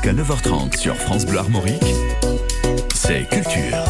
Jusqu'à 9h30 sur France Bleu Armorique, c'est Culture.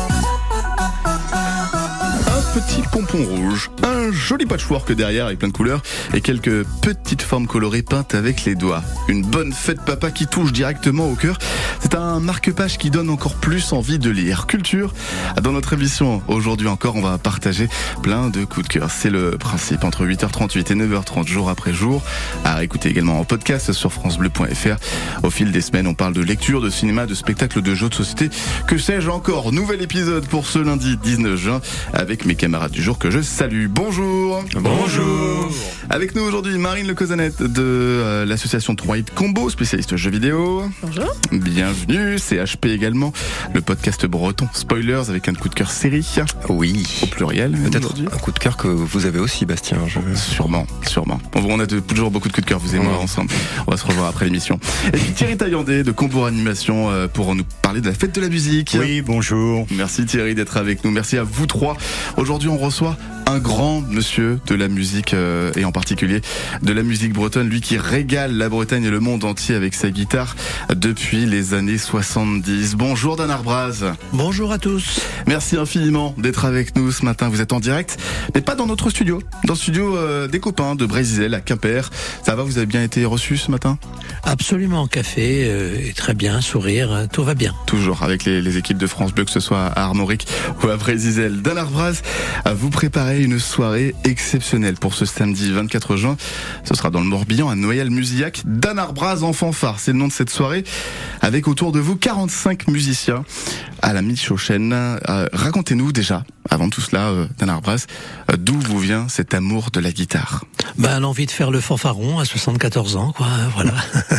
Un petit pompon rouge, un joli patchwork derrière avec plein de couleurs et quelques petites formes colorées peintes avec les doigts. Une bonne fête papa qui touche directement au cœur. C'est un marque-page qui donne encore plus envie de lire. Culture, dans notre émission aujourd'hui encore, on va partager plein de coups de cœur. C'est le principe, entre 8h38 et 9h30 jour après jour. À écouter également en podcast sur francebleu.fr. Au fil des semaines, on parle de lecture, de cinéma, de spectacle, de jeux de société. Que sais-je encore? Nouvel épisode pour ce lundi 19 juin avec mes camarades du jour que je salue. Bonjour. Bonjour. Avec nous aujourd'hui Marine Le Cosanette de l'association 3 Combo, spécialiste jeux vidéo. Bonjour. Bienvenue. CHP également, le podcast breton Spoilers avec un coup de cœur série. Oui. Au pluriel. Peut-être un coup de cœur que vous avez aussi, Bastien. Sûrement. On a toujours beaucoup de coups de cœur, vous et moi, ensemble. On va se revoir après l'émission. Et puis Thierry Taillandé de Combo Animation pour nous parler de la fête de la musique. Oui, bonjour. Merci Thierry d'être avec nous. Merci à vous trois. Aujourd'hui, on reçoit un grand monsieur de la musique et en particulier de la musique bretonne, lui qui régale la Bretagne et le monde entier avec sa guitare depuis les années 70. Bonjour Dan Arbraz. Bonjour à tous. Merci infiniment d'être avec nous ce matin. Vous êtes en direct, mais pas dans notre studio, dans le studio des copains de Brésil à Quimper. Ça va, vous avez bien été reçus ce matin? Absolument, café, et très bien, sourire, tout va bien. Toujours avec les équipes de France Bleu, que ce soit à Armorique ou à Brésil. Dan Arbraz, vous préparez une soirée exceptionnelle pour ce samedi 24 juin. Ce sera dans le Morbihan, à Noyelles-Musillac. Dan Arbraz en fanfare, c'est le nom de cette soirée, avec autour de vous 45 musiciens à la Michochen. Racontez-nous déjà, avant tout cela, Dan Arbraz, d'où vous vient cet amour de la guitare? L'envie de faire le fanfaron à 74 ans, quoi, voilà.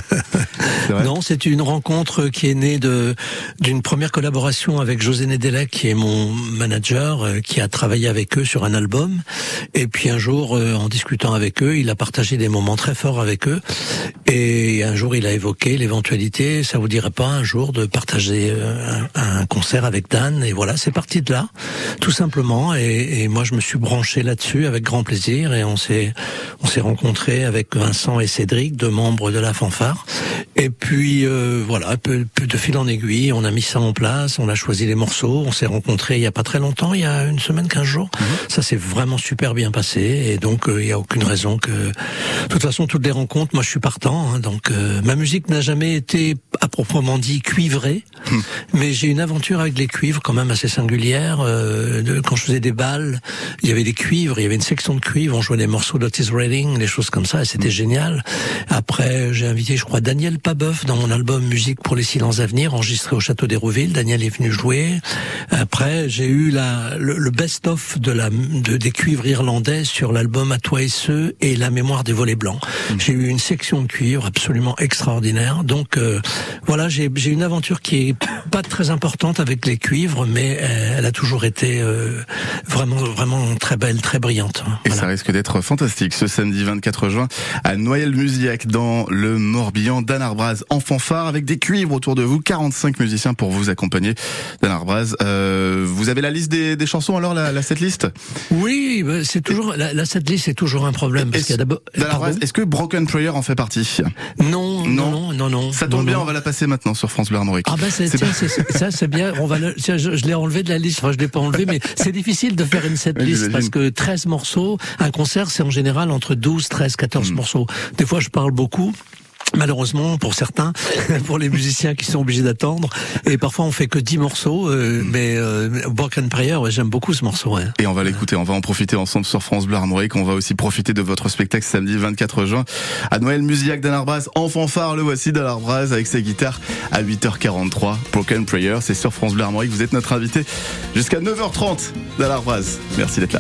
Non, c'est une rencontre qui est née d'une première collaboration avec José Nedelec, qui est mon manager, qui a travaillé avec eux sur un album. Et puis un jour, en discutant avec eux, il a partagé des moments très forts avec eux. Et un jour, il a évoqué l'éventualité, ça vous dirait pas un jour de partager un concert avec Dan? Et voilà, c'est parti de là, tout simplement. Et moi, je me suis branché là-dessus avec grand plaisir. Et on s'est rencontrés avec Vincent et Cédric, deux membres de la fanfare. Et puis voilà, peu de fil en aiguille, on a mis ça en place, on a choisi les morceaux, on s'est rencontrés il y a pas très longtemps, il y a une semaine, 15 jours. Ça s'est vraiment super bien passé, et donc il y a aucune raison que... De toute façon, toutes les rencontres, moi je suis partant, donc ma musique n'a jamais été à proprement dit cuivrée, mais j'ai une aventure avec les cuivres quand même assez singulière. Quand je faisais des balles, il y avait des cuivres, il y avait une section de cuivres, on jouait des morceaux d'Otis Redding, des choses comme ça, et c'était génial. Après, j'ai invité, je crois, Daniel Pabeuf dans mon album Musique pour les silences à venir, enregistré au Château d'Hérouville. Daniel est venu jouer. Après, j'ai eu le best-of des cuivres irlandais sur l'album À toi et ceux et La mémoire des volets blancs. J'ai eu une section de cuivre absolument extraordinaire. Donc voilà, j'ai une aventure qui est pas très importante avec les cuivres, mais elle a toujours été vraiment très belle, très brillante. Et voilà. Ça risque d'être fantastique ce samedi 24 juin à Noyelles-Musillac dans le Morbihan. Dan Arbraz en fanfare avec des cuivres autour de vous, 45 musiciens pour vous accompagner. Dan Arbraz, vous avez la liste des chansons alors, la setlist? Oui, c'est toujours la setlist, c'est toujours un problème parce qu'il y a d'abord. Dan Arbraz, est-ce que Broken Prayer en fait partie? Non. Ça tombe bien, on va la passer maintenant sur France Bleu Armorique. Ah c'est bien. Je l'ai enlevé de la liste. Enfin, je l'ai pas enlevé, mais c'est difficile de faire une setlist parce que 13 morceaux, un concert, c'est en général entre 12, 13, 14 morceaux. Des fois, je parle beaucoup. Malheureusement, pour certains, pour les musiciens qui sont obligés d'attendre, et parfois on fait que 10 morceaux, mais Broken Prayer, j'aime beaucoup ce morceau. Ouais. Et on va l'écouter, on va en profiter ensemble sur France Bleu Armorique. On va aussi profiter de votre spectacle samedi 24 juin à Noyelles-Musillac. Dan Arbraz en fanfare, le voici Dan Arbraz avec sa guitare à 8h43. Broken Prayer, c'est sur France Bleu Armorique. Vous êtes notre invité jusqu'à 9h30. Dan Arbraz, merci d'être là.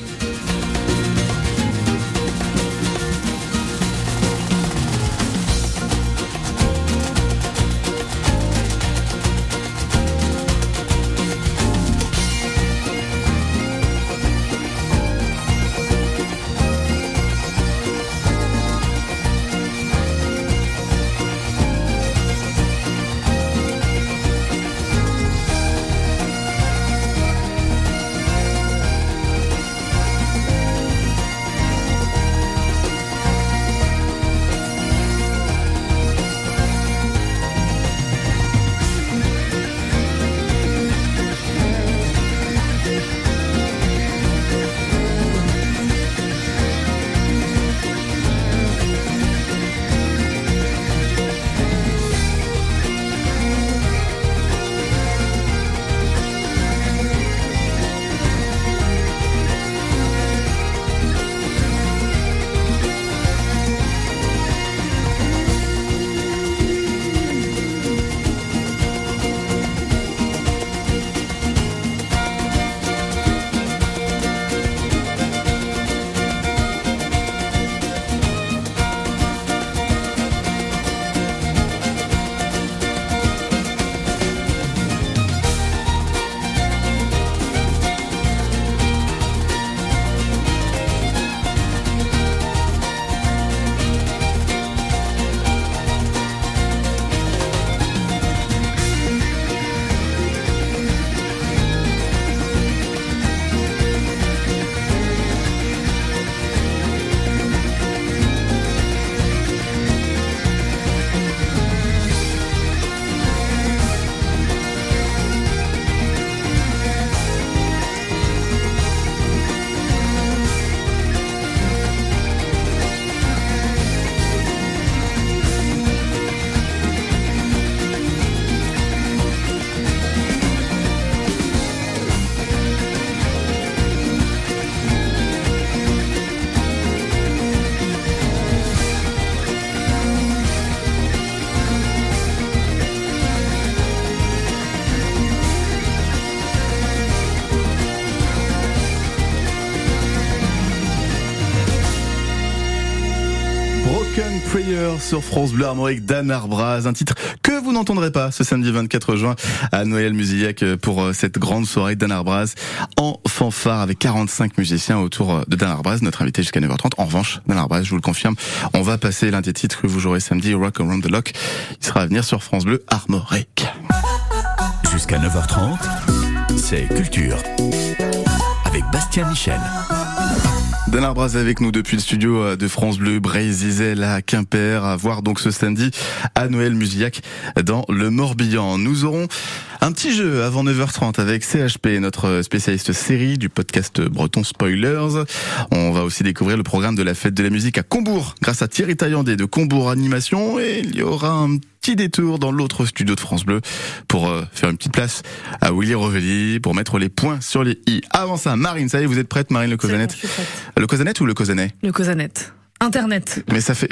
Prayer sur France Bleu Armorique d'Anne Arbraz, un titre que vous n'entendrez pas ce samedi 24 juin à Noël Musillac pour cette grande soirée d'Anne Arbraz en fanfare avec 45 musiciens autour de Dan Arbraz, notre invité jusqu'à 9h30. En revanche, Dan Arbraz, je vous le confirme, on va passer l'un des titres que vous jouerez samedi, Rock Around the Lock. Il sera à venir sur France Bleu Armorique. Jusqu'à 9h30, c'est Culture avec Bastien Michel. Dan Arbraz avec nous depuis le studio de France Bleu, Brésil à Quimper, à voir donc ce samedi à Noël Musillac dans le Morbihan. Nous aurons un petit jeu avant 9h30 avec CHP, notre spécialiste série du podcast breton Spoilers. On va aussi découvrir le programme de la fête de la musique à Combourg grâce à Thierry Taillandé de Combourg Animation, et il y aura un petit détour dans l'autre studio de France Bleu pour faire une petite place à Willy Rovelli pour mettre les points sur les i. Avant ça, Marine, ça y est, vous êtes prête, Marine Le Cosanet? C'est bon, je suis prête. Le Cosanet ou le Cosanet? Le Cosanet. Internet. Mais ça fait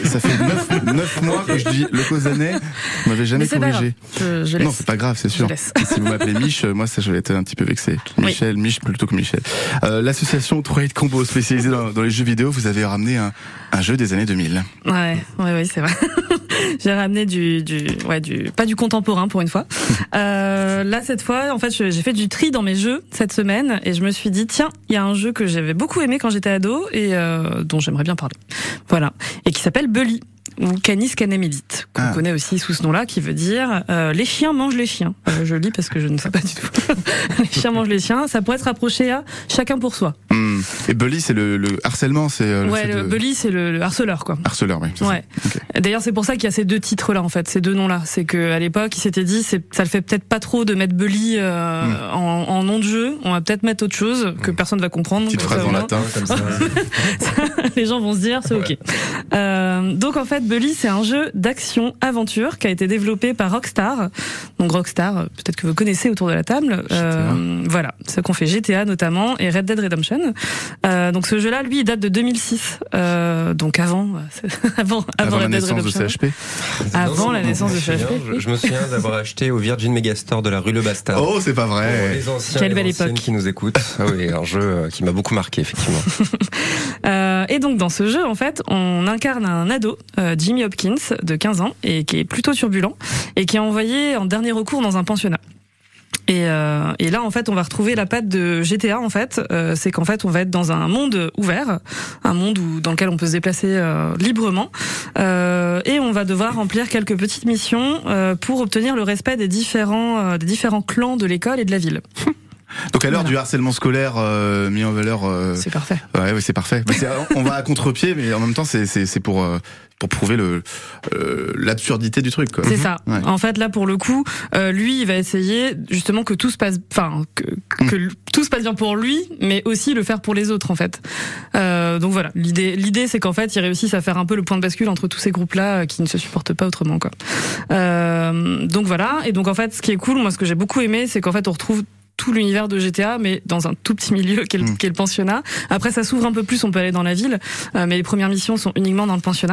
9 mois que je dis le Cosanet. Vous m'avez jamais corrigé. Je laisse. Non, c'est pas grave, c'est sûr. Si vous m'appelez Mich, moi ça je vais être un petit peu vexé. Michel, oui. Mich plutôt que Michel. L'association 3-8 Combo spécialisée dans les jeux vidéo, vous avez ramené un jeu des années 2000. Ouais, c'est vrai. J'ai ramené pas du contemporain pour une fois. Là, cette fois, en fait, j'ai fait du tri dans mes jeux cette semaine et je me suis dit, tiens, il y a un jeu que j'avais beaucoup aimé quand j'étais ado et dont j'aimerais bien parler. Voilà. Et qui s'appelle Bully, ou Canis Canem Edit, qu'on connaît aussi sous ce nom-là, qui veut dire les chiens mangent les chiens. Je lis parce que je ne sais pas du tout. Les chiens mangent les chiens. Ça pourrait être rapproché à chacun pour soi. Et bully, c'est le harcèlement, c'est bully, c'est le harceleur, quoi. Harceleur, oui. Ouais. Okay. D'ailleurs, c'est pour ça qu'il y a ces deux titres-là, en fait, ces deux noms-là. C'est que à l'époque, ils s'étaient dit, ça le fait peut-être pas trop de mettre bully en nom de jeu. On va peut-être mettre autre chose que personne va comprendre. Petite phrase en latin, comme ça. Les gens vont se dire, c'est ok. Donc en fait, Bully, c'est un jeu d'action-aventure qui a été développé par Rockstar. Donc Rockstar, peut-être que vous connaissez autour de la table. Voilà, ceux qu'on fait GTA notamment et Red Dead Redemption. Donc ce jeu-là, lui, il date de 2006. Donc avant la Red Dead naissance Redemption. de CHP. Avant la naissance de CHP. Je me souviens d'avoir acheté au Virgin Megastore de la rue Le Bastard. Oh, c'est pas vrai. Les anciens, quelle belle les anciennes époque qui nous écoutent. Ah oui, un jeu qui m'a beaucoup marqué, effectivement. Et donc dans ce jeu, en fait, on incarne un ado, Jimmy Hopkins, de 15 ans, et qui est plutôt turbulent, et qui est envoyé en dernier recours dans un pensionnat. Et là, en fait, on va retrouver la patte de GTA. En fait, c'est qu'en fait, on va être dans un monde ouvert, un monde dans lequel on peut se déplacer librement, et on va devoir remplir quelques petites missions pour obtenir le respect des différents clans de l'école et de la ville. Donc à l'heure du harcèlement scolaire mis en valeur, c'est parfait. Ouais, c'est parfait. On va à contre-pied, mais en même temps, c'est pour prouver l'absurdité du truc, quoi. C'est ça. Ouais. En fait, là, pour le coup, lui, il va essayer justement que tout se passe, que tout se passe bien pour lui, mais aussi le faire pour les autres, en fait. Donc voilà. L'idée, c'est qu'en fait, ils réussissent à faire un peu le point de bascule entre tous ces groupes-là qui ne se supportent pas autrement, quoi. Donc voilà. Et donc en fait, ce qui est cool, moi, ce que j'ai beaucoup aimé, c'est qu'en fait, on retrouve tout l'univers de GTA, mais dans un tout petit milieu qu'est le pensionnat. Après, ça s'ouvre un peu plus, on peut aller dans la ville, mais les premières missions sont uniquement dans le pensionnat.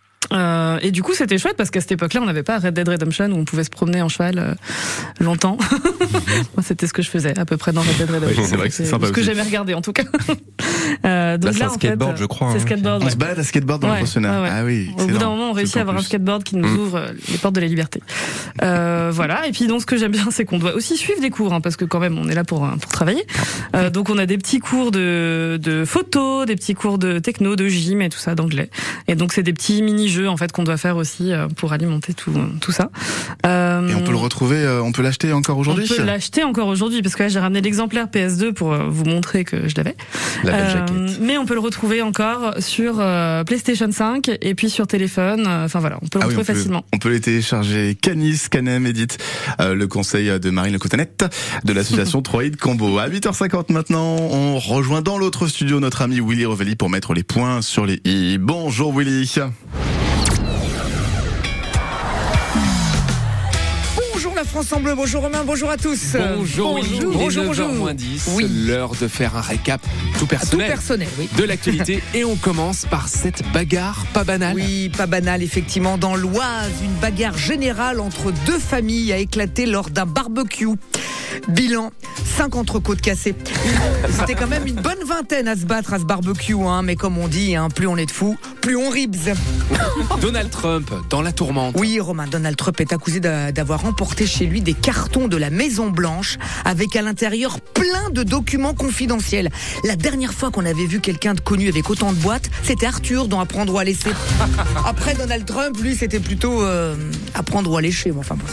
Et du coup, c'était chouette parce qu'à cette époque-là, on n'avait pas Red Dead Redemption où on pouvait se promener en cheval longtemps. Moi, c'était ce que je faisais à peu près dans Red Dead Redemption. Oui, c'est vrai que c'est sympa. Ce que j'aimais regarder, en tout cas. Donc là, c'est un skateboard, je crois. C'est skateboard. On se balade à skateboard dans le pensionnat. Ouais. Ah oui. Au bout d'un moment, on réussit à avoir un skateboard qui nous ouvre les portes de la liberté. Voilà. Et puis, donc, ce que j'aime bien, c'est qu'on doit aussi suivre des cours, parce que quand même, on est là pour travailler. Donc, on a des petits cours de photo, des petits cours de techno, de gym et tout ça, d'anglais. Et donc, c'est des petits mini-jeux, en fait, qu'on doit faire aussi pour alimenter tout ça. Et on peut le retrouver, on peut l'acheter encore aujourd'hui? On peut l'acheter encore aujourd'hui, parce que là, j'ai ramené l'exemplaire PS2 pour vous montrer que je l'avais. La belle jaquette. Mais on peut le retrouver encore sur PlayStation 5 et puis sur téléphone. Enfin voilà, on peut le retrouver facilement. On peut les télécharger. Canis Canem Edit, le conseil de Marine Le Cosanet de l'association 3-8 Combo. À 8h50 maintenant, on rejoint dans l'autre studio notre ami Willy Rovelli pour mettre les points sur les i. Bonjour Willy. La France en bleu, bonjour Romain, bonjour à tous. Bonjour. 9h-10, oui. L'heure de faire un récap tout personnel, oui. de l'actualité. Et on commence par cette bagarre pas banale. Oui, pas banale, effectivement. Dans l'Oise, une bagarre générale entre deux familles a éclaté lors d'un barbecue. Bilan, 5 entrecôtes cassées. C'était quand même une bonne vingtaine à se battre à ce barbecue, mais comme on dit, plus on est de fous, plus on rit. Donald Trump dans la tourmente. Oui, Romain, Donald Trump est accusé d'avoir emporté chez lui des cartons de la Maison Blanche avec à l'intérieur plein de documents confidentiels. La dernière fois qu'on avait vu quelqu'un de connu avec autant de boîtes, c'était Arthur dans Apprendre ou à laisser. Après Donald Trump, lui, c'était plutôt Apprendre ou à lécher. Enfin, bon,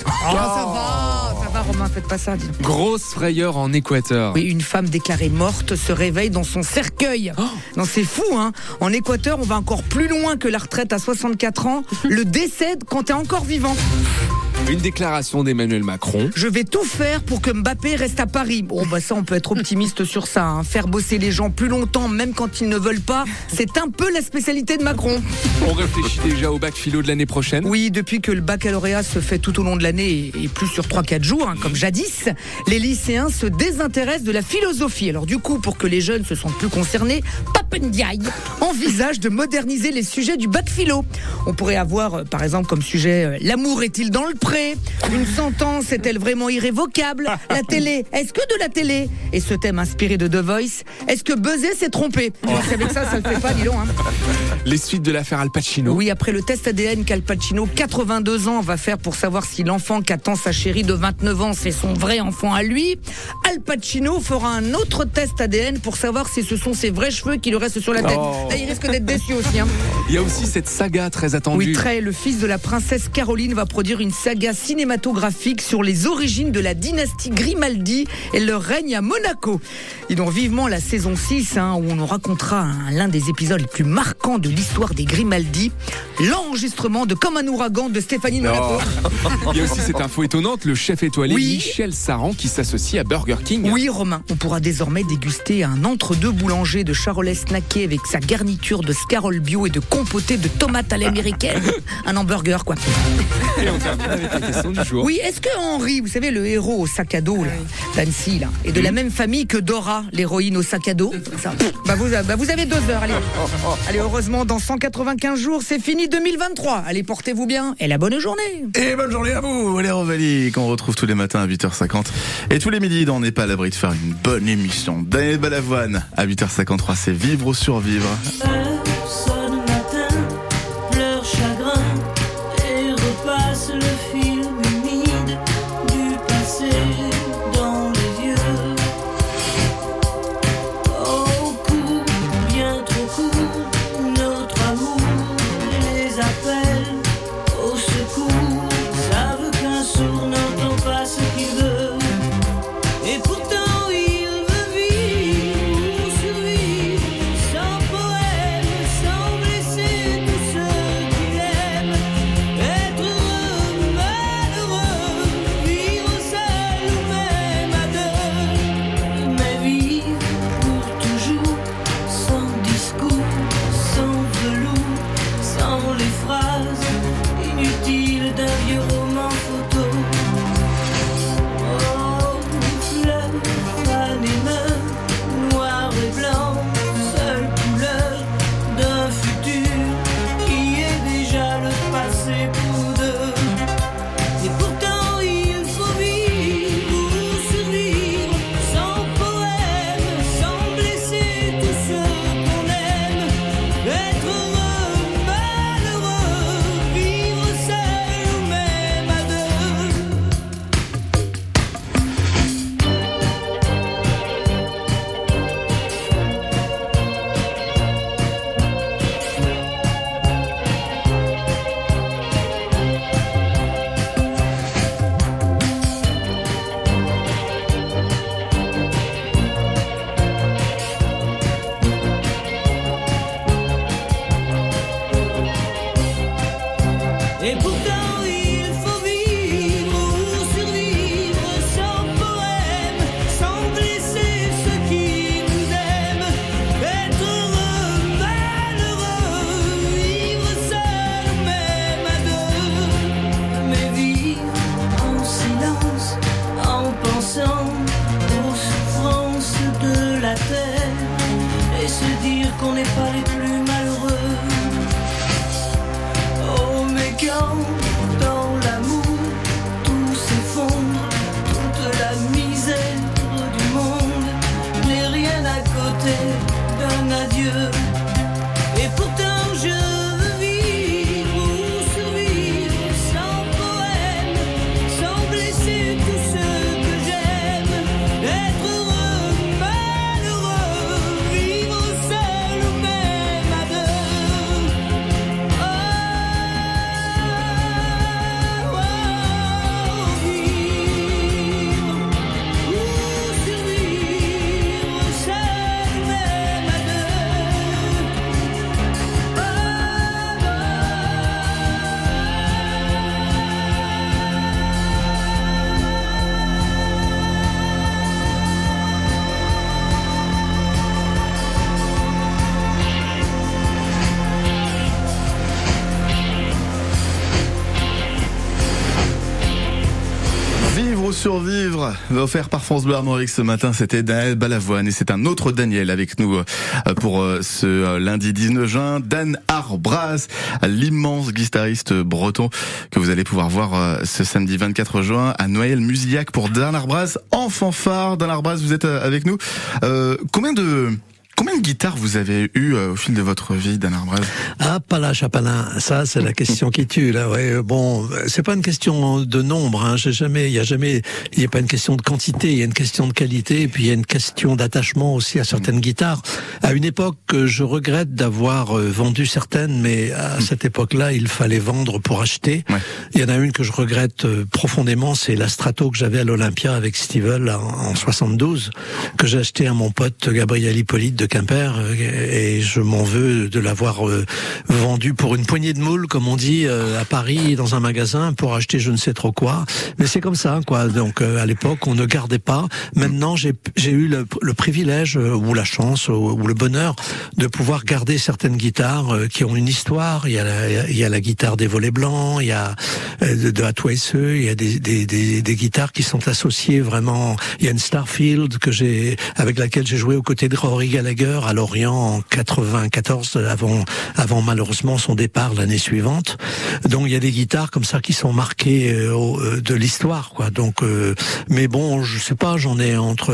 ça va, Romain, faites pas ça. Dis. Grosse frayeur en Équateur. Oui, une femme déclarée morte se réveille dans son cercueil. Non, c'est fou, hein. En Équateur, on va encore plus loin que la retraite à 64 ans. Le décède quand t'es encore vivant. Une déclaration d'Emmanuel Macron. Je vais tout faire pour que Mbappé reste à Paris. Bon, bah ça, on peut être optimiste sur ça. Hein. Faire bosser les gens plus longtemps, même quand ils ne veulent pas, c'est un peu la spécialité de Macron. On réfléchit déjà au bac philo de l'année prochaine. Oui, depuis que le baccalauréat se fait tout au long de l'année et plus sur 3-4 jours, hein, comme jadis, les lycéens se désintéressent de la philosophie. Alors du coup, pour que les jeunes se sentent plus concernés, Papendiaï envisage de moderniser les sujets du bac philo. On pourrait avoir, par exemple, comme sujet l'amour est-il dans le pré ? Une sentence est-elle vraiment irrévocable ? La télé, est-ce que de la télé ? Et ce thème inspiré de The Voice, est-ce que buzzer s'est trompé ? C'est avec ça le fait pas, dis donc. Hein. Les suites de l'affaire Al Pacino. Oui, après le test ADN qu'Al Pacino, 82 ans, va faire pour savoir si l'enfant qu'attend sa chérie de 29 ans, c'est son vrai enfant à lui, Al Pacino fera un autre test ADN pour savoir si ce sont ses vrais cheveux qui lui restent sur la tête. Là, il risque d'être déçu aussi. Hein. Il y a aussi cette saga très attendue. Oui, Trey, le fils de la princesse Caroline, va produire une saga cinématographique sur les origines de la dynastie Grimaldi et leur règne à Monaco. Et donc vivement la saison 6, hein, où on nous racontera l'un des épisodes les plus marquants de l'histoire des Grimaldi, l'enregistrement de Comme un ouragan de Stéphanie de Monaco. Il y a aussi cette info étonnante, le chef étoilé Michel Saran qui s'associe à Burger King. Oui, Romain, on pourra désormais déguster un entre-deux boulanger de charolais snacké avec sa garniture de scarole bio et de compoté de tomates à l'américaine. Un hamburger, quoi. Et on termine avec la question du jour. Oui, est-ce que Henri, vous savez, le héros au sac à dos, là, d'Annecy, là, est de la même famille que Dora, l'héroïne au sac à dos? Ça. Vous avez 2 heures, allez. Allez, heureusement, dans 195 jours, c'est fini 2023. Allez, portez-vous bien et la bonne journée. Et bonne journée à vous, les Ovalie, qu'on retrouve tous les matins à 8h50 et tous les midis dans On n'est pas à l'abri de faire une bonne émission. Daniel Balavoine à 8h53, c'est Vivre ou Survivre. Sonne matin, pleure chagrin et repasse le film humide du passé dans les yeux. Au court, bien trop court, notre amour les appelle au secours. Savent qu'un sourd n'entend pas ce qu'il veut. Et pourtant il veut vivre, survivre, sans poème, sans blesser tous ceux qu'il aime. Être heureux, malheureux, vivre seul ou même à deux. Mais vivre pour toujours, sans discours, sans velours, sans les phrases inutiles d'un vieux roman photo. Oh, fleurs, fan et main, noir et blanc, seule couleur d'un futur qui est déjà le passé pour deux. Et pourtant il faut vivre ou survivre, sans poème, sans blesser tous ceux qu'on aime. Être heureux, malheureux, vivre seul ou même à deux. Et pourtant il faut vivre ou survivre, sans poème, sans blesser ceux qui nous aiment. Être heureux, malheureux, vivre seul ou même à deux. Mais vivre en silence, en pensant aux souffrances de la terre, et se dire qu'on n'est pas les plus malheureux. Oh, mais quand Vivre ou survivre, offert par France Bleu Armorique ce matin, c'était Daniel Balavoine et c'est un autre Daniel avec nous pour ce lundi 19 juin, Dan Arbraz, l'immense guitariste breton que vous allez pouvoir voir ce samedi 24 juin à Noyelles-Musillac pour Dan Arbraz en fanfare. Dan Arbraz, vous êtes avec nous. Combien de guitares vous avez eu au fil de votre vie, Dan Arbraz? Ah, Palin, ça c'est la question qui tue là. Ouais, bon, c'est pas une question de nombre. Hein. Il y a pas une question de quantité, il y a une question de qualité, et puis il y a une question d'attachement aussi à certaines guitares. À une époque, je regrette d'avoir vendu certaines, mais à cette époque-là, il fallait vendre pour acheter. Ouais. Il y en a une que je regrette profondément, c'est la Strato que j'avais à l'Olympia avec Stivell en 72, que j'ai acheté à mon pote Gabriel Hippolyte de Quimper, et je m'en veux de l'avoir vendu pour une poignée de moules, comme on dit, à Paris, dans un magasin, pour acheter je ne sais trop quoi. Mais c'est comme ça, quoi. Donc, à l'époque, on ne gardait pas. Maintenant, j'ai eu le privilège, ou la chance, ou le bonheur, de pouvoir garder certaines guitares qui ont une histoire. Il y a la guitare des Volets Blancs, il y a de À toi et ceux, il y a des guitares qui sont associées vraiment. Il y a une Starfield avec laquelle j'ai joué aux côtés de Rory Gallagher à Lorient en 94, avant malheureusement son départ l'année suivante. Donc il y a des guitares comme ça qui sont marquées de l'histoire, quoi. Donc mais bon, je sais pas, j'en ai entre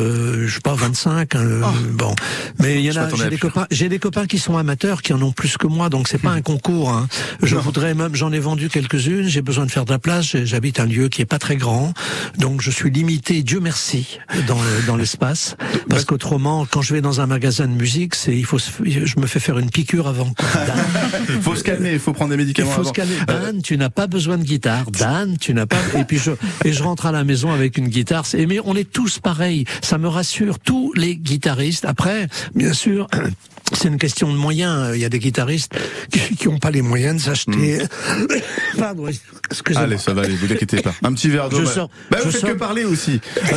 25 bon. Mais il y en a, j'ai des copains qui sont amateurs qui en ont plus que moi, donc c'est pas un concours, hein. J'en ai vendu quelques-unes, j'ai besoin de faire de la place, j'habite un lieu qui est pas très grand. Donc je suis limité, Dieu merci, dans l'espace, parce qu'autrement quand je vais dans un magasin de musique, je me fais faire une piqûre avant. Il faut se calmer, il faut prendre des médicaments avant. Il faut se calmer. Dan, tu n'as pas besoin de guitare. Dan, tu n'as pas. Et puis je rentre à la maison avec une guitare. Mais on est tous pareils. Ça me rassure. Tous les guitaristes. Après, bien sûr. C'est une question de moyens. Il y a des guitaristes qui n'ont pas les moyens de s'acheter. Pardon, excusez-moi. Allez, ça va aller, vous inquiétez pas. Un petit verre d'eau. Vous faites que parler aussi.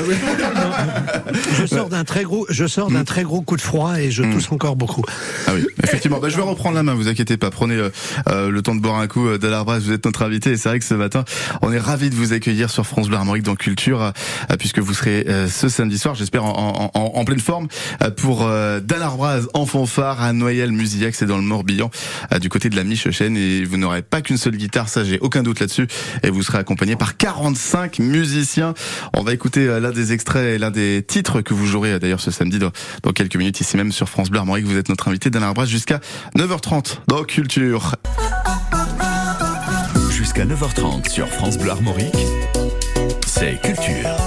Je sors d'un très gros coup de froid et je tousse encore beaucoup. Ah oui, effectivement. Je vais reprendre la main, vous inquiétez pas. Prenez le temps de boire un coup. Dan Arbraz, vous êtes notre invité et c'est vrai que ce matin, on est ravis de vous accueillir sur France Bleu Armorique dans Culture, puisque vous serez ce samedi soir, j'espère en pleine forme, pour Dan Arbraz en fanfare à Noyelles-Musillac, c'est dans le Morbihan, du côté de la Michechenne, et vous n'aurez pas qu'une seule guitare, ça j'ai aucun doute là-dessus, et vous serez accompagné par 45 musiciens. On va écouter l'un des extraits et l'un des titres que vous jouerez d'ailleurs ce samedi dans quelques minutes ici même sur France Bleu Armorique. Vous êtes notre invité, Dan Arbraz, jusqu'à 9h30 dans Culture. Jusqu'à 9h30 sur France Bleu Armorique, c'est Culture.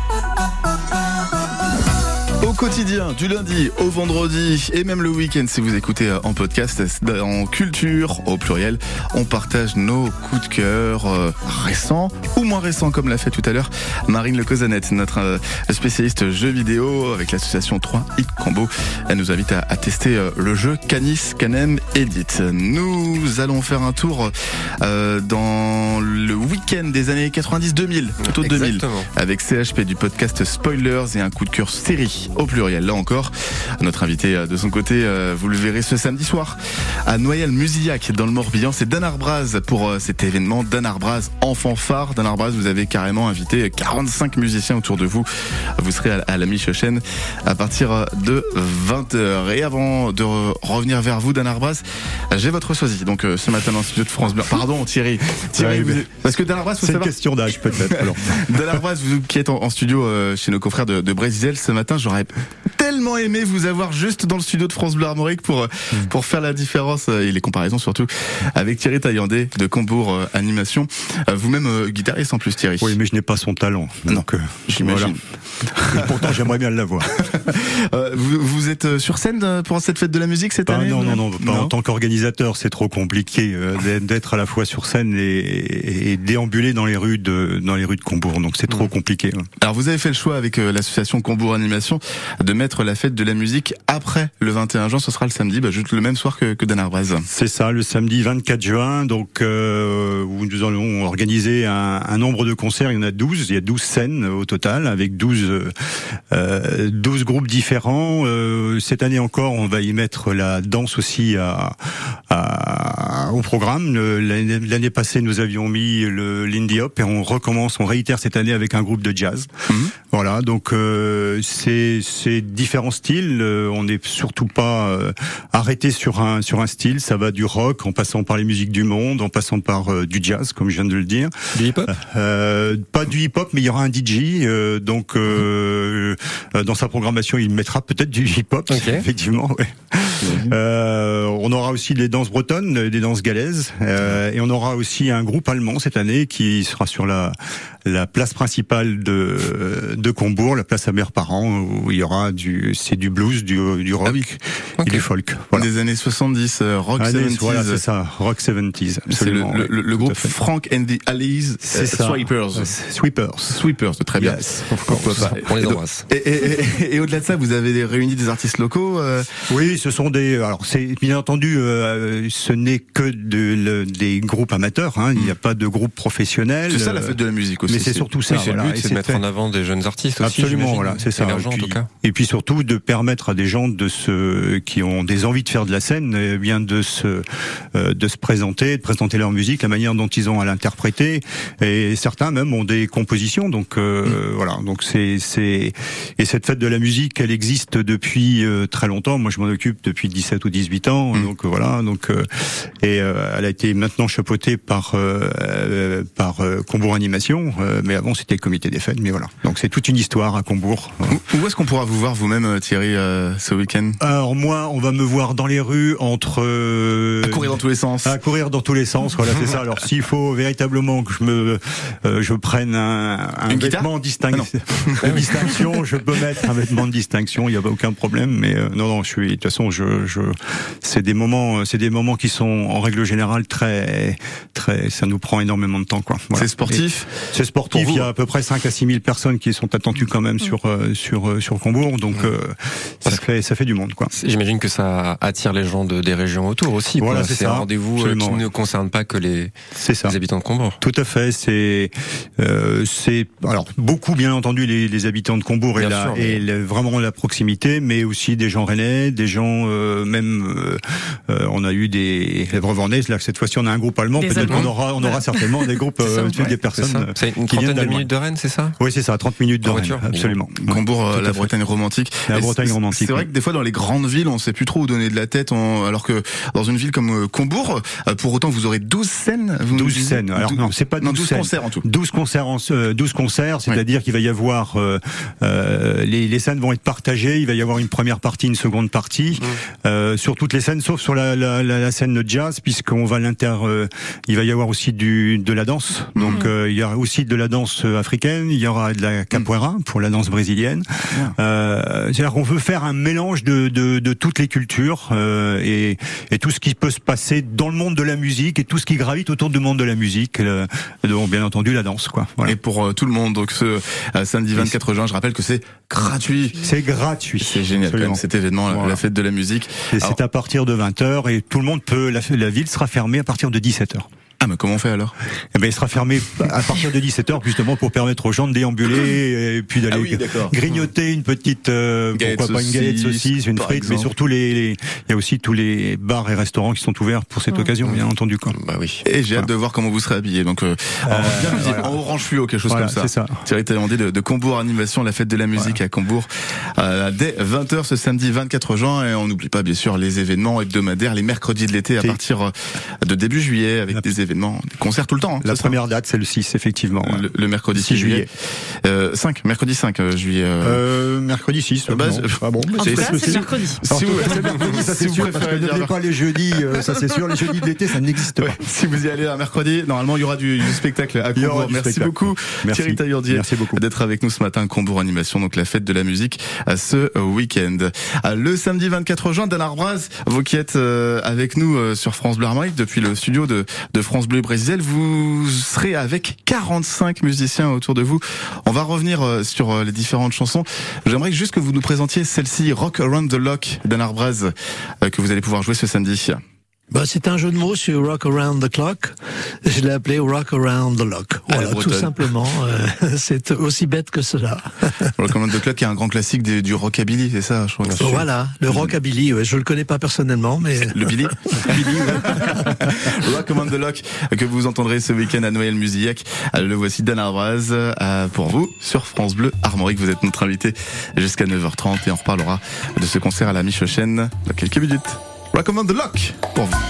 Au quotidien, du lundi au vendredi et même le week-end si vous écoutez en podcast, en Culture au pluriel, on partage nos coups de cœur récents ou moins récents comme l'a fait tout à l'heure Marine Le Cosanette, notre spécialiste jeux vidéo avec l'association 3 Hit Combo. Elle nous invite à tester le jeu Canis Canem Edit. Nous allons faire un tour dans le week-end des années 90-2000, plutôt 2000, avec CHP du podcast Spoilers et un coup de cœur série au pluriel. Là encore, notre invité de son côté, vous le verrez ce samedi soir à Noyelles-Musillac dans le Morbihan. C'est Dan Arbraz pour cet événement. Dan Arbraz en fanfare. Dan Arbraz, vous avez carrément invité 45 musiciens autour de vous. Vous serez à la Michechenne à partir de 20h. Et avant de revenir vers vous, Dan Arbraz, j'ai votre choisi. Donc ce matin dans le studio de France Bleu. Pardon Thierry, parce que Dan Arbraz, c'est une question d'âge peut-être. Alors. Dan Arbraz, vous qui êtes en studio chez nos confrères de Brésil ce matin, j'aurais tellement aimé vous avoir juste dans le studio de France Bleu Armorique pour faire la différence et les comparaisons surtout avec Thierry Taillandé de Combourg Animation. Vous-même guitariste en plus, Thierry. Oui, mais je n'ai pas son talent. Donc j'imagine. Voilà. Pourtant, j'aimerais bien l'avoir. Vous êtes sur scène pour cette fête de la musique cette année? Non. En tant qu'organisateur, c'est trop compliqué d'être à la fois sur scène et déambuler dans les rues de Combourg. Donc c'est trop compliqué. Alors vous avez fait le choix avec l'association Combourg Animation de mettre la fête de la musique après le 21 juin. Ce sera le samedi, juste le même soir que Dan Arbraz. C'est ça, le samedi 24 juin. Donc où nous allons organiser un nombre de concerts. Il y en a 12. Il y a 12 scènes au total avec 12 groupes différents. Cette année encore, on va y mettre la danse aussi au programme. L'année passée, nous avions mis l'indie hop et on réitère cette année avec un groupe de jazz. Voilà, donc c'est différents styles. On n'est surtout pas arrêté sur un style. Ça va du rock en passant par les musiques du monde, en passant par du jazz, comme je viens de le dire. Du hip-hop Pas du hip-hop, mais il y aura un DJ. Donc dans sa programmation, il mettra peut-être du hip-hop, effectivement. Ouais. On aura aussi des danses bretonnes, des danses galaises, et on aura aussi un groupe allemand cette année qui sera sur la place principale de Combourg, la place Amer-Parent, où il y aura du blues, du rock et du folk. Voilà. Des années 70, rock 70s. Voilà, c'est ça, rock 70s. Absolument. C'est le groupe Frank and the Alleys, Sweepers, très bien. Yes. On les embrasse. Et au-delà de ça, vous avez réuni des artistes locaux Oui, ce sont alors c'est bien entendu, ce n'est que des groupes amateurs. Hein. Il n'y a pas de groupe professionnel. C'est ça la fête de la musique aussi. Mais c'est surtout ça. Oui, c'est le but, c'est de mettre en avant des jeunes artistes aussi. Absolument, voilà, c'est ça. Émergents, en tout cas. Et puis surtout de permettre à des gens qui ont des envies de faire de la scène, bien de se présenter, de présenter leur musique, la manière dont ils ont à l'interpréter. Et certains même ont des compositions. Donc voilà. Donc et cette fête de la musique, elle existe depuis très longtemps. Moi, je m'en occupe depuis 17 ou 18 ans. Donc voilà. Et elle a été maintenant chapeautée par Combourg Animation, mais avant c'était le comité des fêtes. Mais voilà. Donc c'est toute une histoire à Combourg. Où est-ce qu'on pourra vous voir vous-même, Thierry, ce week-end? Alors moi, on va me voir dans les rues à courir dans tous les sens. À courir dans tous les sens. Voilà, c'est ça. Alors s'il faut véritablement que je prenne un vêtement de distinction, je peux mettre un vêtement de distinction. Il n'y a pas aucun problème. Mais non, de toute façon, c'est des moments qui sont en règle générale très, ça nous prend énormément de temps, quoi. Voilà. C'est sportif. C'est sportif. Il y a à peu près 5 à 6 000 personnes qui sont attendues quand même sur Combourg. Donc, ça fait du monde, quoi. J'imagine que ça attire les gens des régions autour aussi. Voilà, c'est un rendez-vous qui ne concerne pas que les habitants de Combourg. Tout à fait. C'est alors beaucoup, bien entendu, les habitants de Combourg vraiment la proximité, mais aussi des gens rennais, des gens on a eu des Brevanais. Là, cette fois-ci, on a un groupe allemand. Peut-être qu'on aura certainement des groupes, des personnes. C'est une trentaine de minutes de Rennes, c'est ça? Oui, c'est ça, 30 minutes de Rennes. Absolument. Combourg, la Bretagne romantique. La Bretagne romantique. C'est vrai que des fois, dans les grandes villes, on sait plus trop où donner de la tête, alors que dans une ville comme Combourg, pour autant, vous aurez 12 scènes. 12 scènes. Alors non, c'est pas 12 scènes. Concerts en tout. 12 concerts, c'est-à-dire qu'il va y avoir les scènes vont être partagées. Il va y avoir une première partie, une seconde partie sur toutes les scènes, sauf sur la scène de jazz, puisqu'on va il va y avoir aussi de la danse. Donc il y aura aussi de la danse africaine, il y aura de la capoeira pour la danse brésilienne. C'est-à-dire qu'on veut faire un mélange de toutes les cultures et tout ce qui peut se passer dans le monde de la musique et tout ce qui gravite autour du monde de la musique, donc bien entendu la danse, quoi. Voilà. Et pour tout le monde, donc ce samedi 24 juin, je rappelle que c'est gratuit. C'est gratuit. C'est génial quand même, cet événement, la fête de la musique. C'est à partir de 20h et tout le monde peut. La ville sera fermée à partir de 17h. Ah, mais comment on fait alors? Eh ben, il sera fermé à partir de 17h, justement, pour permettre aux gens de déambuler et puis d'aller grignoter une petite, pourquoi pas une galette de saucisse, une frite, mais surtout il y a aussi tous les bars et restaurants qui sont ouverts pour cette occasion, bien entendu, quoi. Bah oui. Et j'ai hâte de voir comment vous serez habillés. Donc, en orange fluo, quelque chose comme ça. C'est ça. Thierry Taillandier de Combourg Animation, la fête de la musique à Combourg, dès 20h ce samedi 24 juin. Et on n'oublie pas, bien sûr, les événements hebdomadaires, les mercredis de l'été à partir de début juillet avec des événements, des concerts tout le temps. La première date, c'est le 6, effectivement. Le mercredi 6 juillet. Mercredi 5 juillet. Mercredi 6. En tout cas, c'est mercredi. Si vous ça c'est sûr, parce que ne pas les jeudis, ça c'est sûr, les jeudis de l'été, ça n'existe pas. Si vous y allez un mercredi, normalement, il y aura du spectacle à Combourg. Merci beaucoup, Thierry Taillandier, d'être avec nous ce matin. Combourg Animation, donc la fête de la musique ce week-end. Le samedi 24 juin, Dan Arbraz, vous qui êtes avec nous sur France Bleu Armorique depuis le studio de France Bleu Brésil, vous serez avec 45 musiciens autour de vous. On va revenir sur les différentes chansons. J'aimerais juste que vous nous présentiez celle-ci, Rock Around the Lock, Dan Arbraz, que vous allez pouvoir jouer ce samedi. C'est un jeu de mots sur Rock Around the Clock. Je l'ai appelé Rock Around the Lock. Voilà, tout simplement. C'est aussi bête que cela. Rock Around the Clock est un grand classique du rockabilly, c'est ça, je crois. Voilà, le rockabilly. Ouais, je le connais pas personnellement, mais le Billy. Rock Around the Lock que vous entendrez ce week-end à Noël Musillac. Le voici Dan Arbraz pour vous sur France Bleu Armorique. Vous êtes notre invité jusqu'à 9h30 et on reparlera de ce concert à la Michochène dans quelques minutes. Rock Around the Lock pour vous.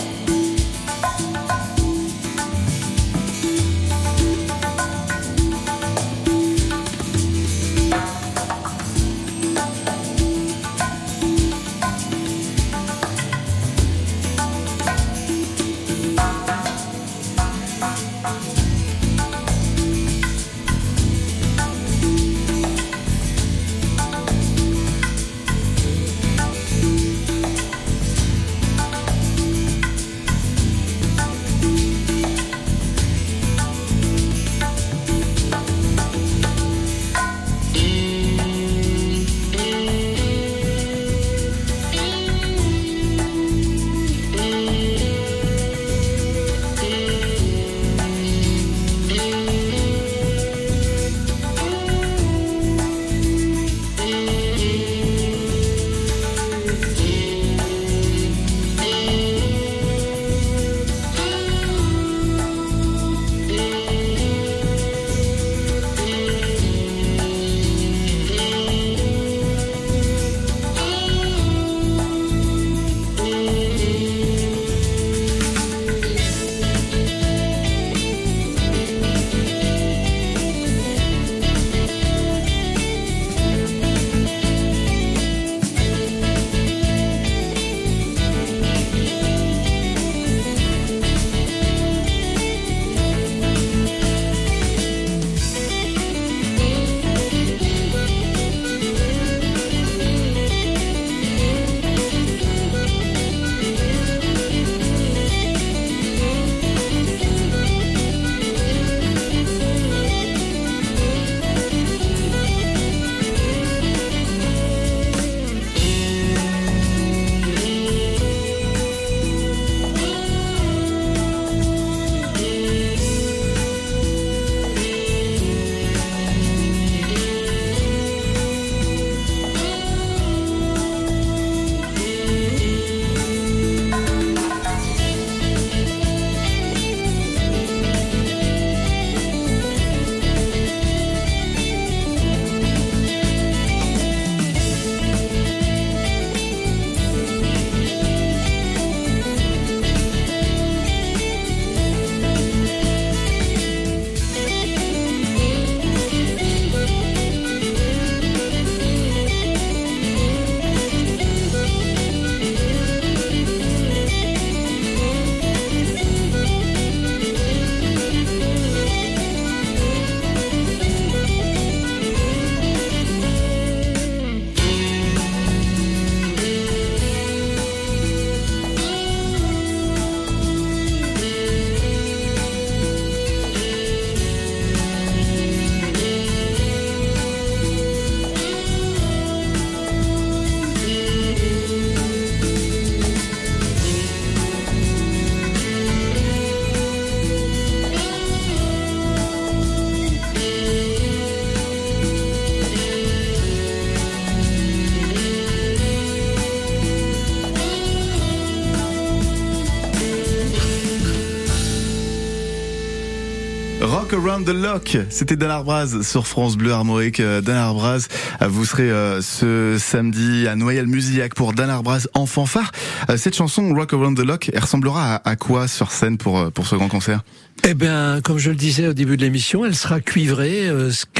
Rock Around the Lock, c'était Dan Arbraz sur France Bleu Armorique. Dan Arbraz, vous serez ce samedi à Noyelles-Musillac pour Dan Arbraz en fanfare. Cette chanson Rock Around the Lock, elle ressemblera à quoi sur scène pour ce grand concert? Eh bien, comme je le disais au début de l'émission, elle sera cuivrée,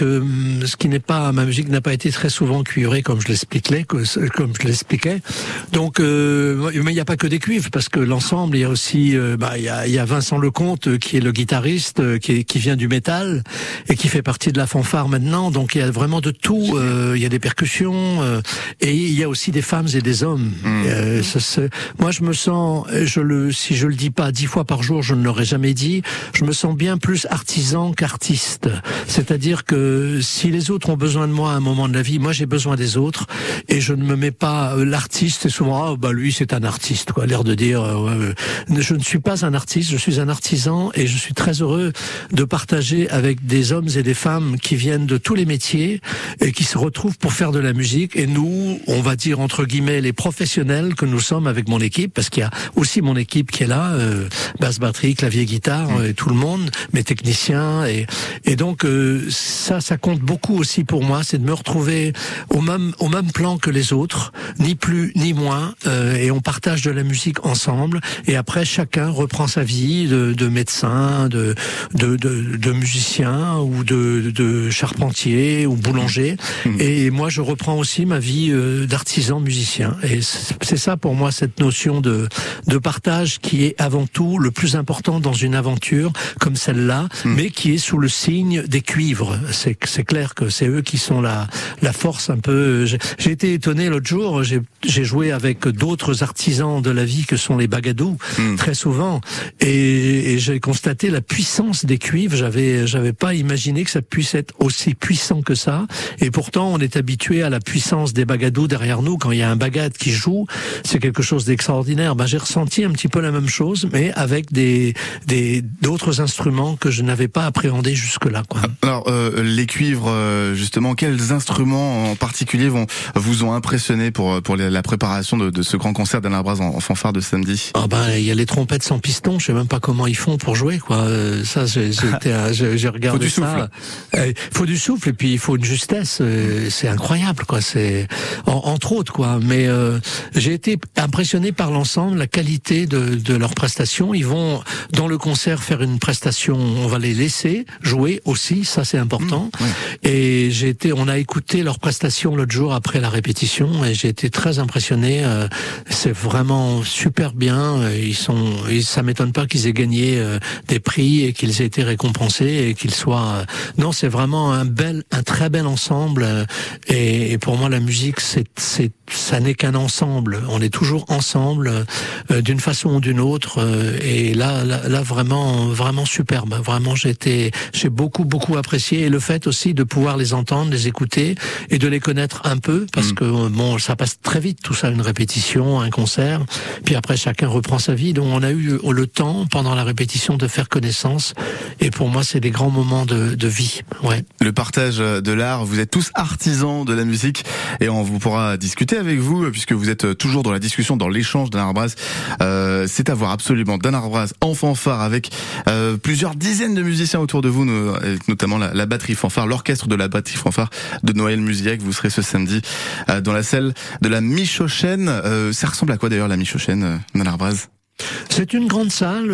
ce qui n'est pas, ma musique n'a pas été très souvent cuivrée, comme je l'expliquais. Donc, mais il n'y a pas que des cuivres, parce que l'ensemble, il y a aussi, il y a Vincent Lecomte, qui est le guitariste, qui vient du métal, et qui fait partie de la fanfare maintenant. Donc, il y a vraiment de tout. Il y a des percussions, et il y a aussi des femmes et des hommes. Moi, je me sens, si je le dis pas 10 fois par jour, je ne l'aurais jamais dit. je me sens bien plus artisan qu'artiste. C'est-à-dire que si les autres ont besoin de moi à un moment de la vie, moi j'ai besoin des autres, et je ne me mets pas l'artiste, c'est souvent lui c'est un artiste, quoi, l'air de dire je ne suis pas un artiste, je suis un artisan, et je suis très heureux de partager avec des hommes et des femmes qui viennent de tous les métiers et qui se retrouvent pour faire de la musique. Et nous, on va dire entre guillemets les professionnels que nous sommes avec mon équipe, parce qu'il y a aussi mon équipe qui est là, basse, batterie, clavier, guitare, et tout le monde, mes techniciens, et donc ça compte beaucoup aussi pour moi, c'est de me retrouver au même plan que les autres, ni plus ni moins, et on partage de la musique ensemble, et après chacun reprend sa vie de médecin, de musicien, ou de charpentier ou boulanger, et moi je reprends aussi ma vie d'artisan musicien, et c'est ça pour moi, cette notion de partage qui est avant tout le plus important dans une aventure comme celle-là, mais qui est sous le signe des cuivres. C'est clair que c'est eux qui sont la force un peu. J'ai été étonné l'autre jour, j'ai joué avec d'autres artisans de la vie que sont les bagadous, très souvent, et j'ai constaté la puissance des cuivres. J'avais pas imaginé que ça puisse être aussi puissant que ça, et pourtant on est habitué à la puissance des bagadous derrière nous. Quand il y a un bagad qui joue, c'est quelque chose d'extraordinaire. J'ai ressenti un petit peu la même chose, mais avec d'autres instruments que je n'avais pas appréhendés jusque-là, quoi. Alors, les cuivres, justement, quels instruments en particulier vous ont impressionné pour la préparation de ce grand concert d'Alain Braz en fanfare de samedi? Il y a les trompettes sans piston, je sais même pas comment ils font pour jouer, quoi. Ça, j'ai regardé ça. Faut du souffle, et puis il faut une justesse. C'est incroyable, quoi. C'est entre autres, quoi. Mais j'ai été impressionné par l'ensemble, la qualité de leurs prestations. Ils vont dans le concert faire une prestation, on va les laisser jouer aussi, ça c'est important. Et on a écouté leurs prestations l'autre jour après la répétition, et j'ai été très impressionné. C'est vraiment super bien. Ça m'étonne pas qu'ils aient gagné des prix et qu'ils aient été récompensés et qu'ils soient. Non, c'est vraiment un très bel ensemble. Et pour moi, la musique, ça n'est qu'un ensemble. On est toujours ensemble, d'une façon ou d'une autre. Et là, vraiment superbe. Vraiment, j'ai beaucoup apprécié, et le fait aussi de pouvoir les entendre, les écouter et de les connaître un peu, parce que ça passe très vite tout ça, une répétition, un concert. Puis après, chacun reprend sa vie. Donc, on a eu le temps pendant la répétition de faire connaissance. Et pour moi, c'est des grands moments de vie. Ouais. Le partage de l'art. Vous êtes tous artisans de la musique, et on vous pourra discuter avec vous, puisque vous êtes toujours dans la discussion, dans l'échange d'Alain Braz. C'est à voir absolument d'Alain Braz en fanfare, avec plusieurs dizaines de musiciens autour de vous, notamment la batterie fanfare, l'orchestre de la batterie fanfare de Noël Musiac. Vous serez ce samedi dans la salle de la Michochène. Ça ressemble à quoi d'ailleurs la Michochène, d'Alain Braz? C'est une grande salle,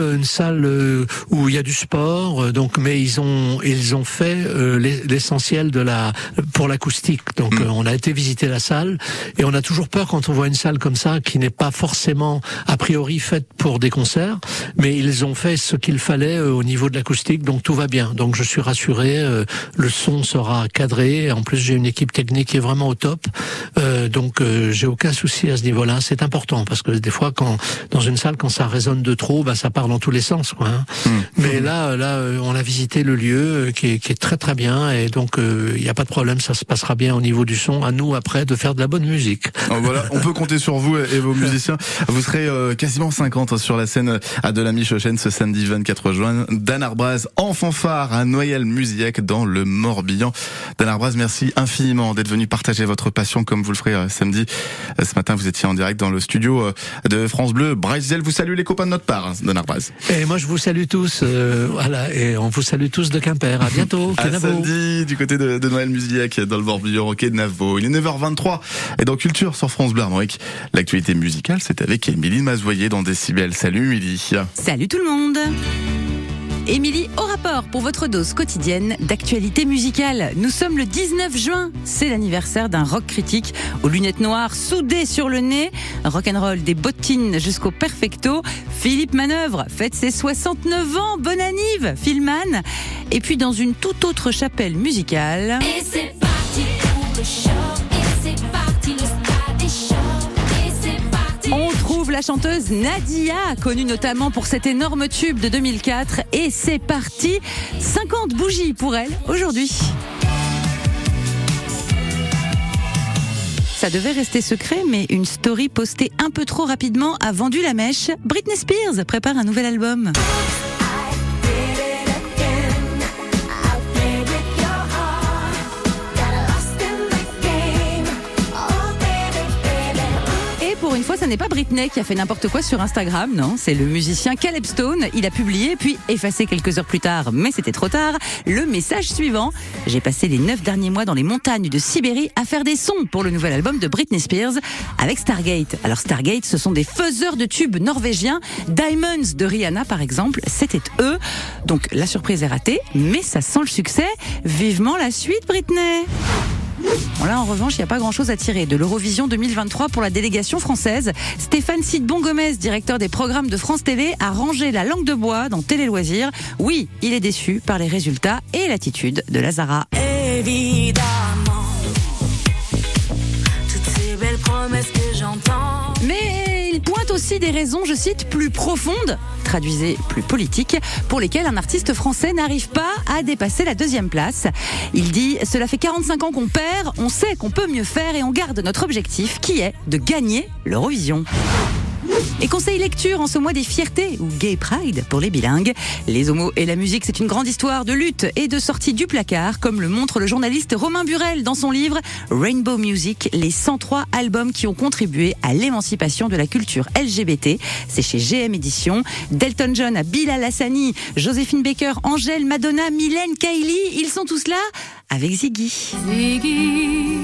où il y a du sport, mais ils ont fait l'essentiel pour l'acoustique. Donc on a été visiter la salle, et on a toujours peur quand on voit une salle comme ça qui n'est pas forcément a priori faite pour des concerts, mais ils ont fait ce qu'il fallait au niveau de l'acoustique, donc tout va bien. Donc je suis rassuré, le son sera cadré. En plus, j'ai une équipe technique qui est vraiment au top, donc j'ai aucun souci à ce niveau-là. C'est important, parce que des fois, dans une salle, quand ça résonne de trop, ça part dans tous les sens, quoi. Mais là, on a visité le lieu qui est très très bien, et donc il n'y a pas de problème, ça se passera bien au niveau du son. À nous après de faire de la bonne musique. Voilà, on peut compter sur vous et vos musiciens. Vous serez quasiment 50 sur la scène de la Michochène ce samedi 24 juin. Alain Braz en fanfare à Noël Musiac dans le Morbihan. Alain Braz, merci infiniment d'être venu partager votre passion comme vous le ferez samedi. Ce matin, vous étiez en direct dans le studio de France Bleu. Breizel vous salue les copains de notre part, Alain Braz. Et moi je vous salue tous, et on vous salue tous de Quimper. À bientôt. À samedi du côté de Noël Musiac dans le Morbihan, au quai de Navo. Il est 9h23 et dans Culture sur France Bleu Armorique, l'actualité musicale, c'est avec Émilie Mazoyer dans Décibel. Salut Émilie. Salut tout le monde. Émilie au rapport pour votre dose quotidienne d'actualité musicale. Nous sommes le 19 juin, c'est l'anniversaire d'un rock critique aux lunettes noires soudées sur le nez, rock'n'roll des bottines jusqu'au perfecto. Philippe Manœuvre fête ses 69 ans, bonne anniv Philman. Et puis dans une toute autre chapelle musicale. Et c'est parti pour le show, et c'est parti le stade des shows, et c'est parti. On trouve la chanteuse Nadia, connue notamment pour cet énorme tube de 2004. Et c'est parti, 50 bougies pour elle aujourd'hui. Ça devait rester secret, mais une story postée un peu trop rapidement a vendu la mèche. Britney Spears prépare un nouvel album. Pour une fois, ça n'est pas Britney qui a fait n'importe quoi sur Instagram, non, c'est le musicien Caleb Stone. Il a publié, puis effacé quelques heures plus tard, mais c'était trop tard, le message suivant: j'ai passé les 9 derniers mois dans les montagnes de Sibérie à faire des sons pour le nouvel album de Britney Spears avec Stargate. Alors Stargate, ce sont des faiseurs de tubes norvégiens. Diamonds de Rihanna, par exemple, c'était eux. Donc la surprise est ratée, mais ça sent le succès. Vivement la suite, Britney. Bon là, en revanche, il n'y a pas grand-chose à tirer de l'Eurovision 2023 pour la délégation française. Stéphane Sidbon-Gomez, directeur des programmes de France Télé, a rangé la langue de bois dans Télé Loisirs. Oui, il est déçu par les résultats et l'attitude de Lazara. Évidemment, toutes ces belles promesses que j'entends. Mais il pointe aussi des raisons, je cite, plus profondes, traduisez plus politiques, pour lesquelles un artiste français n'arrive pas à dépasser la 2e place. Il dit: cela fait 45 ans qu'on perd, on sait qu'on peut mieux faire et on garde notre objectif qui est de gagner l'Eurovision. Et conseil lecture en ce mois des fiertés, ou Gay Pride pour les bilingues. Les homos et la musique, c'est une grande histoire de lutte et de sortie du placard, comme le montre le journaliste Romain Burel dans son livre Rainbow Music, les 103 albums qui ont contribué à l'émancipation de la culture LGBT. C'est chez GM Éditions. D'Elton John à Bilal Hassani, Joséphine Baker, Angèle, Madonna, Mylène, Kylie, ils sont tous là avec Ziggy. Ziggy,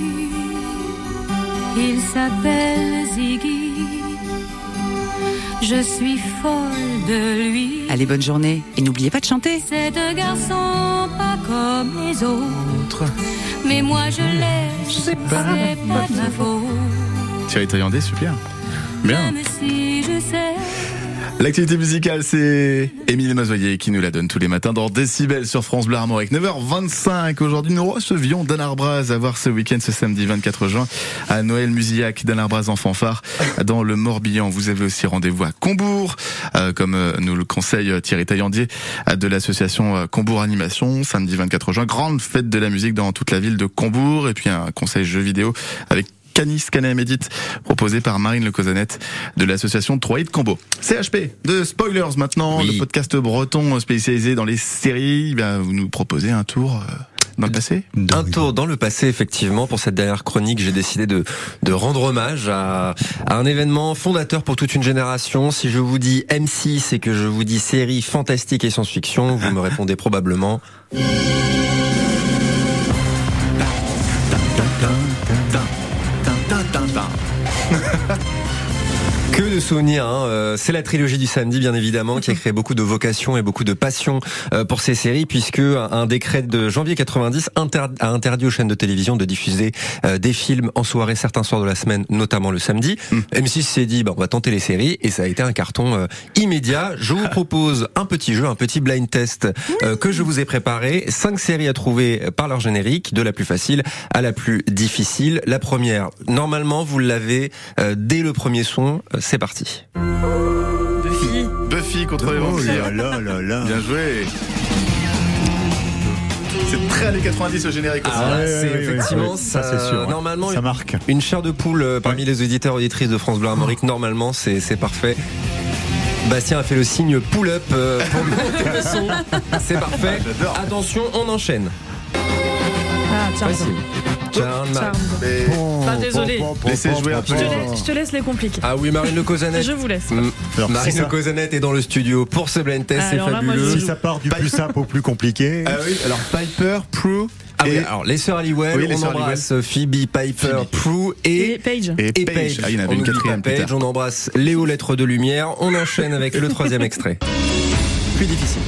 il s'appelle Ziggy. Je suis folle de lui. Allez, bonne journée et n'oubliez pas de chanter. C'est un garçon pas comme les autres, mais moi je l'aime, c'est pas de ma faute. Thierry Taillandé, super. Bien. Même si je sais. L'activité musicale, c'est Émilie Mazoyer qui nous la donne tous les matins dans Décibel sur France Bleu Armorique. 9h25. Aujourd'hui, nous recevions Dan Arbraz à voir ce week-end, ce samedi 24 juin, à Noël Musillac. Dan Arbraz en fanfare dans le Morbihan. Vous avez aussi rendez-vous à Combourg, comme nous le conseille Thierry Taillandier de l'association Combourg Animation. Samedi 24 juin, grande fête de la musique dans toute la ville de Combourg. Et puis un conseil jeux vidéo avec Canis Canem Edit, proposé par Marine Le Cosanette de l'association 3i de Combo. CHP de Spoilers maintenant, le podcast breton spécialisé dans les séries. Vous nous proposez un tour dans le passé ? Un tour dans le passé, effectivement. Pour cette dernière chronique, j'ai décidé de rendre hommage à un événement fondateur pour toute une génération. Si je vous dis M6 et que je vous dis série fantastique et science-fiction, vous me répondez probablement... Que de souvenirs, hein. C'est la trilogie du samedi, bien évidemment, qui a créé beaucoup de vocation et beaucoup de passion pour ces séries, puisque un décret de janvier 90 a interdit aux chaînes de télévision de diffuser des films en soirée certains soirs de la semaine, notamment le samedi. M6 s'est dit, on va tenter les séries, et ça a été un carton immédiat. Je vous propose un petit jeu, un petit blind test que je vous ai préparé. 5 séries à trouver par leur générique, de la plus facile à la plus difficile. La première, normalement, vous l'avez dès le premier son. C'est parti. Buffy contre les vampires. Bien joué. C'est très années 90 au générique aussi. Effectivement, ça c'est sûr. Normalement, ça marque. Une chair de poule parmi les auditeurs auditrices de France Bleu Armorique. Normalement, c'est parfait. Bastien a fait le signe pull-up pour monter le son. C'est parfait. Attention, on enchaîne. Facile. Désolé. Laissez jouer un peu. Je te laisse les compliquer. Ah oui, Marine Le Cosanette. Je vous laisse. Marine Le Cosanette est dans le studio pour ce blind test, c'est fabuleux. Si ça part du plus simple au plus compliqué. Ah oui, alors Piper, Prue. Alors les sœurs Halliwell, on embrasse Phoebe, Piper, Prue et Paige. Et Paige. Il y en avait une quatrième. Paige, on embrasse Léo Lettres de Lumière. On enchaîne avec le 3e extrait. Plus difficile.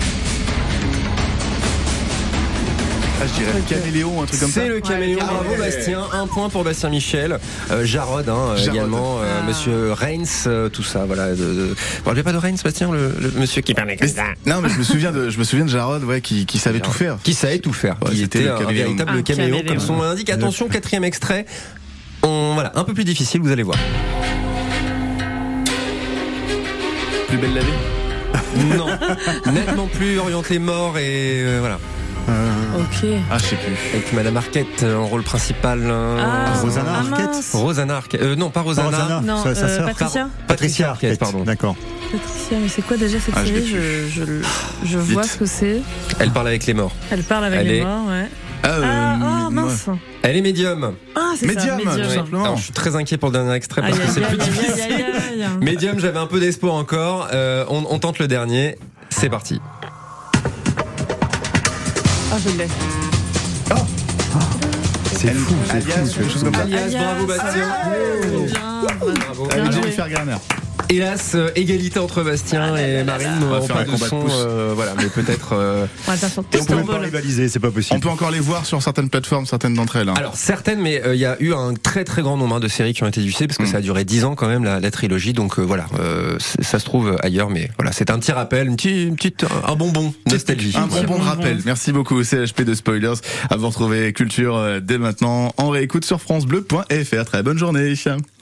Je dirais le caméléon, un truc comme ça. C'est le caméléon, bravo Bastien. Un point pour Bastien Michel. Jarod, également. Monsieur Reigns, tout ça, voilà. Vous parlez pas de Reigns, Bastien, le monsieur qui parlait comme ça. Non, mais je me souviens de Jarod, qui savait tout faire. Qui savait tout faire. Qui était un véritable caméléon, comme son nom l'indique. Attention, 4e extrait. Un peu plus difficile, vous allez voir. Plus belle la vie. Non, nettement plus orienté mort et voilà. Ok. Ah, je sais plus. Avec Madame Arquette en rôle principal. Rosanna Arquette. mince. Rosanna Arquette. Non, pas Rosanna. Rosanna. Non, sa sœur. Patricia. Patricia Arquette, pardon. D'accord. Patricia, mais c'est quoi déjà cette Ah, je série? l'ai Je vois Vite. ce que c'est. Elle parle avec les morts. Elle parle avec Elle les est- morts, ouais. Ah, Mince. Elle est médium. Ah, c'est ça. Médium, tout simplement. Alors, je suis très inquiet pour le dernier extrait parce Aïe, que c'est aïe, plus aïe, difficile. aïe, aïe, aïe. Médium, j'avais un peu d'espoir encore. On tente le dernier. C'est parti. Ah, je l'ai. C'est fou, c'est fou. Alias, quelque chose comme ça. Alias, bravo Bastien. Bien, Avec bien joué. Jennifer Garner. Hélas, égalité entre Bastien et Marine. On va n'auront faire pas un de combat de son. pouces. Voilà, mais peut-être. On va faire sur Et on peut même pas Istanbul. rivaliser, c'est pas possible. On peut encore les voir sur certaines plateformes, certaines d'entre elles. Hein. Alors certaines, mais il y a eu un très très grand nombre de séries qui ont été diffusées parce que ça a duré 10 ans quand même la trilogie. Donc voilà, ça se trouve ailleurs, mais voilà, c'est un petit rappel, un bonbon nostalgie. Un Voilà. bonbon de rappel. Merci beaucoup CHP de Spoilers. À vous retrouver Culture dès maintenant en réécoute sur francebleu.fr. Très bonne journée.